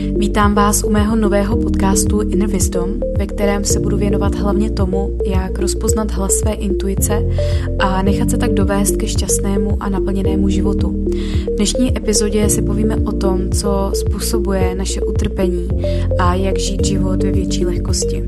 Vítám vás u mého nového podcastu Inner Wisdom, ve kterém se budu věnovat hlavně tomu, jak rozpoznat hlas své intuice a nechat se tak dovést ke šťastnému a naplněnému životu. V dnešní epizodě si povíme o tom, co způsobuje naše utrpení a jak žít život ve větší lehkosti.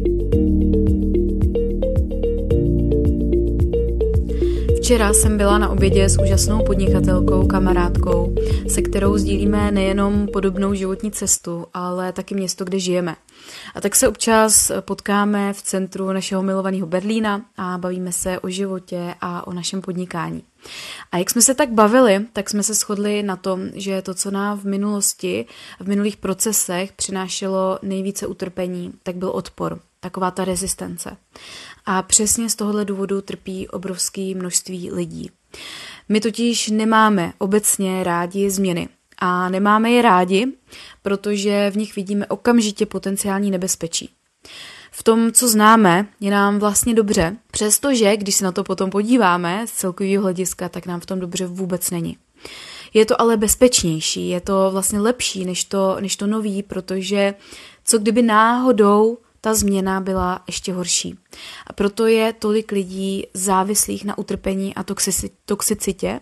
Včera jsem byla na obědě s úžasnou podnikatelkou, kamarádkou, se kterou sdílíme nejenom podobnou životní cestu, ale taky město, kde žijeme. A tak se občas potkáme v centru našeho milovaného Berlína a bavíme se o životě a o našem podnikání. A jak jsme se tak bavili, tak jsme se shodli na tom, že to, co nám v minulosti, v minulých procesech přinášelo nejvíce utrpení, tak byl odpor, taková ta rezistence. A přesně z tohohle důvodu trpí obrovské množství lidí. My totiž nemáme obecně rádi změny. A nemáme je rádi, protože v nich vidíme okamžitě potenciální nebezpečí. V tom, co známe, je nám vlastně dobře, přestože, když se na to potom podíváme z celkového hlediska, tak nám v tom dobře vůbec není. Je to ale bezpečnější, je to vlastně lepší než to nový, protože co kdyby náhodou ta změna byla ještě horší. A proto je tolik lidí závislých na utrpení a toxicitě.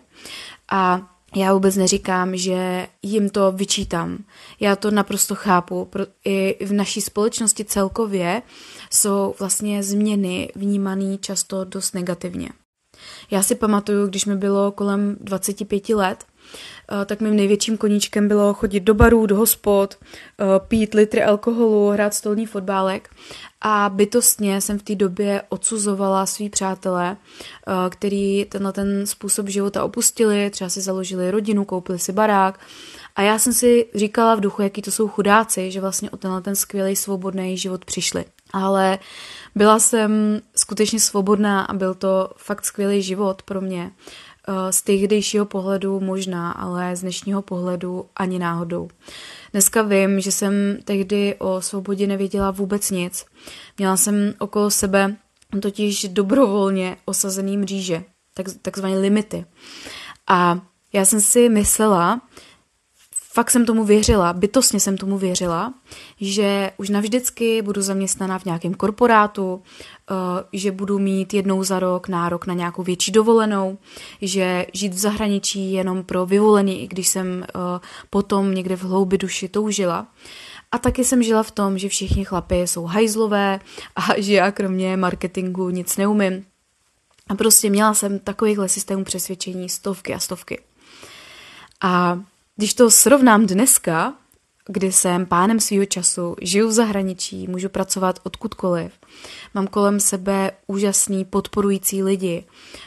A já vůbec neříkám, že jim to vyčítám. Já to naprosto chápu. I v naší společnosti celkově jsou vlastně změny vnímané často dost negativně. Já si pamatuju, když mi bylo kolem 25 let, tak mým největším koníčkem bylo chodit do barů, do hospod, pít litry alkoholu, hrát stolní fotbálek a bytostně jsem v té době odsuzovala svý přátelé, který ten způsob života opustili, třeba si založili rodinu, koupili si barák a já jsem si říkala v duchu, jaký to jsou chudáci, že vlastně o ten skvělý svobodný život přišli. Ale byla jsem skutečně svobodná a byl to fakt skvělý život pro mě. Z tehdejšího pohledu možná, ale z dnešního pohledu ani náhodou. Dneska vím, že jsem tehdy o svobodě nevěděla vůbec nic. Měla jsem okolo sebe totiž dobrovolně osazený mříže, takzvané limity. A já jsem si myslela, fakt jsem tomu věřila, bytostně jsem tomu věřila, že už navždycky budu zaměstnaná v nějakém korporátu, že budu mít jednou za rok nárok na nějakou větší dovolenou, že žít v zahraničí jenom pro vyvolený, i když jsem potom někde v hloubi duši toužila. A taky jsem žila v tom, že všichni chlapi jsou hajzlové a že já kromě marketingu nic neumím. A prostě měla jsem takovýchhle systémů přesvědčení stovky a stovky. A když to srovnám dneska, kdy jsem pánem svýho času, žiju v zahraničí, můžu pracovat odkudkoliv, mám kolem sebe úžasný podporující lidi,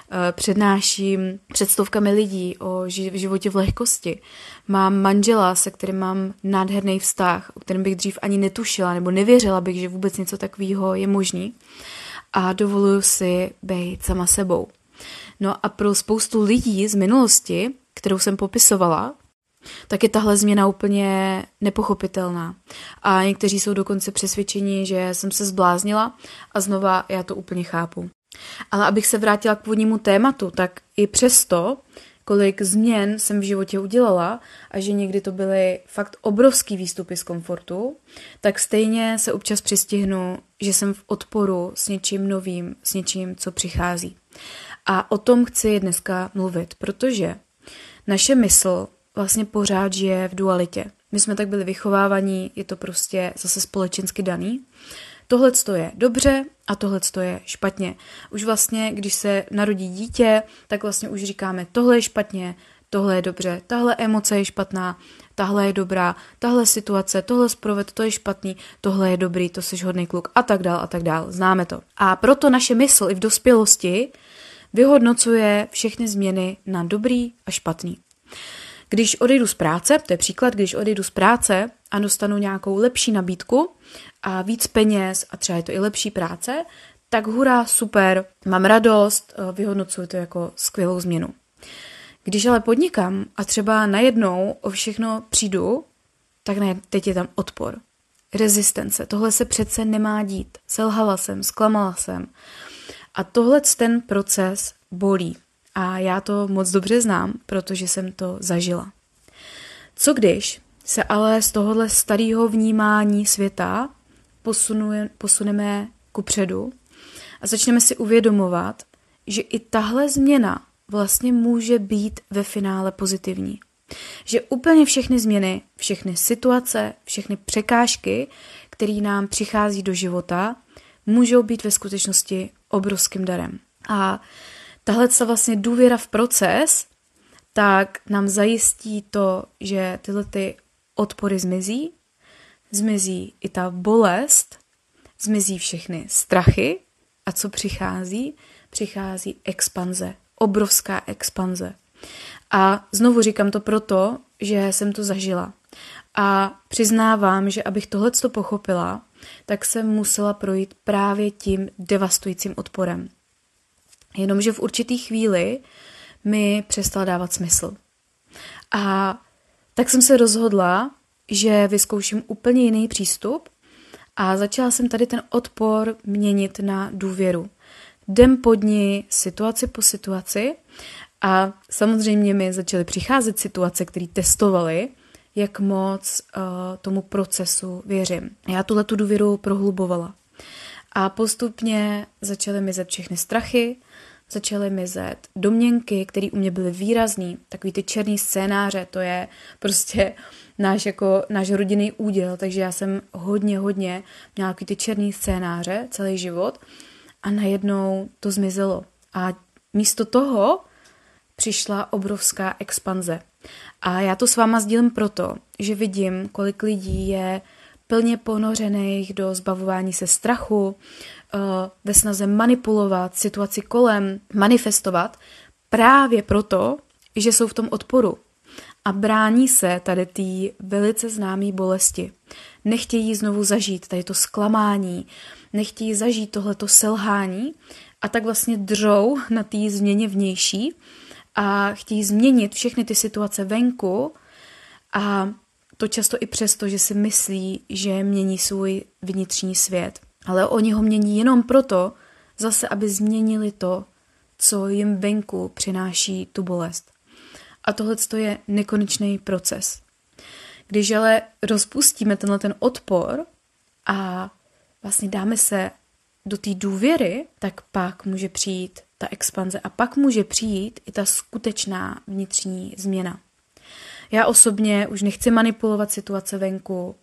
přednáším před stovkami lidí o životě v lehkosti, mám manžela, se kterým mám nádherný vztah, o kterém bych dřív ani netušila nebo nevěřila bych, že vůbec něco takového je možný a dovoluju si být sama sebou. No a pro spoustu lidí z minulosti, kterou jsem popisovala, tak je tahle změna úplně nepochopitelná. A někteří jsou dokonce přesvědčeni, že jsem se zbláznila a znova já to úplně chápu. Ale abych se vrátila k původnímu tématu, tak i přesto, kolik změn jsem v životě udělala a že někdy to byly fakt obrovský výstupy z komfortu, tak stejně se občas přistihnu, že jsem v odporu s něčím novým, s něčím, co přichází. A o tom chci dneska mluvit, protože naše mysl vlastně pořád žije v dualitě. My jsme tak byli vychovávaní, je to prostě zase společensky daný. Tohleto je dobře a tohleto je špatně. Už vlastně, když se narodí dítě, tak vlastně už říkáme, tohle je špatně, tohle je dobře, tahle emoce je špatná, tahle je dobrá, tahle situace, tohle zproved, to je špatný, tohle je dobrý, to jsi hodný kluk a tak dál, známe to. A proto naše mysl i v dospělosti vyhodnocuje všechny změny na dobrý a špatný. Když odejdu z práce, to je příklad, když odejdu z práce a dostanu nějakou lepší nabídku a víc peněz a třeba je to i lepší práce, tak hurá, super, mám radost, vyhodnocuji to jako skvělou změnu. Když ale podnikám a třeba najednou o všechno přijdu, tak ne, teď je tam odpor, rezistence, tohle se přece nemá dít, selhala jsem, zklamala jsem. A tohle ten proces bolí. A já to moc dobře znám, protože jsem to zažila. Co když se ale z tohohle starého vnímání světa posuneme kupředu a začneme si uvědomovat, že i tahle změna vlastně může být ve finále pozitivní. Že úplně všechny změny, všechny situace, všechny překážky, které nám přichází do života, můžou být ve skutečnosti obrovským darem. A tahle vlastně důvěra v proces, tak nám zajistí to, že tyhle ty odpory zmizí i ta bolest, zmizí všechny strachy a co přichází? Přichází expanze, obrovská expanze. A znovu říkám to proto, že jsem to zažila. A přiznávám, že abych tohleto pochopila, tak jsem musela projít právě tím devastujícím odporem. Jenomže v určitý chvíli mi přestal dávat smysl. A tak jsem se rozhodla, že vyzkouším úplně jiný přístup a začala jsem tady ten odpor měnit na důvěru. Den po dni, situaci po situaci a samozřejmě mi začaly přicházet situace, které testovaly, jak moc tomu procesu věřím. Já tuhletu důvěru prohlubovala. A postupně začaly mizet všechny strachy, začaly mizet domněnky, které u mě byly výrazný, takový ty černý scénáře, to je prostě náš rodinný úděl, takže já jsem hodně měla takový ty černý scénáře celý život a najednou to zmizelo. A místo toho přišla obrovská expanze. A já to s váma sdílím proto, že vidím, kolik lidí je plně ponořených do zbavování se strachu, ve snaze manipulovat situaci kolem, manifestovat, právě proto, že jsou v tom odporu a brání se tady té velice známé bolesti. Nechtějí znovu zažít tady to zklamání, nechtějí zažít tohleto selhání a tak vlastně dřou na té změně vnější a chtějí změnit všechny ty situace venku a to často i přesto, že si myslí, že mění svůj vnitřní svět. Ale oni ho mění jenom proto, zase, aby změnili to, co jim venku přináší tu bolest. A tohle je nekonečný proces. Když ale rozpustíme ten odpor a vlastně dáme se do té důvěry, tak pak může přijít ta expanze a pak může přijít i ta skutečná vnitřní změna. Já osobně už nechci manipulovat situace venku,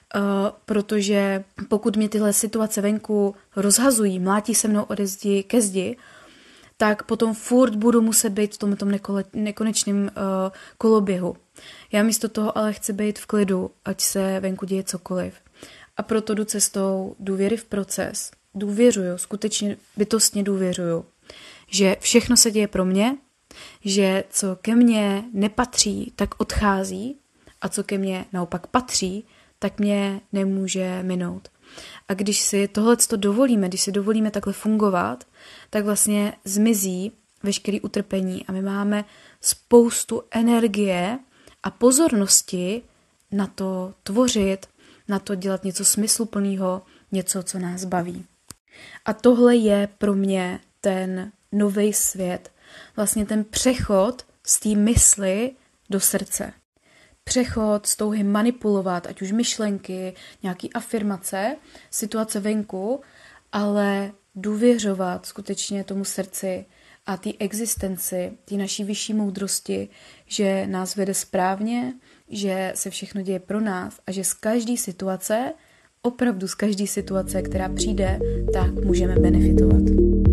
protože pokud mě tyhle situace venku rozhazují, mlátí se mnou ode zdi ke zdi, tak potom furt budu muset být v tomto nekonečném koloběhu. Já místo toho ale chci být v klidu, ať se venku děje cokoliv. A proto jdu cestou důvěry v proces. Důvěřuju, skutečně bytostně důvěřuju, že všechno se děje pro mě, že co ke mně nepatří, tak odchází a co ke mně naopak patří, tak mě nemůže minout. A když si tohleto dovolíme, když si dovolíme takhle fungovat, tak vlastně zmizí veškerý utrpení a my máme spoustu energie a pozornosti na to tvořit, na to dělat něco smysluplného, něco, co nás baví. A tohle je pro mě ten nový svět, vlastně ten přechod z té mysli do srdce. Přechod z touhy manipulovat, ať už myšlenky, nějaký afirmace, situace venku, ale důvěřovat skutečně tomu srdci a té existenci, té naší vyšší moudrosti, že nás vede správně, že se všechno děje pro nás a že z každé situace, opravdu z každé situace, která přijde, tak můžeme benefitovat.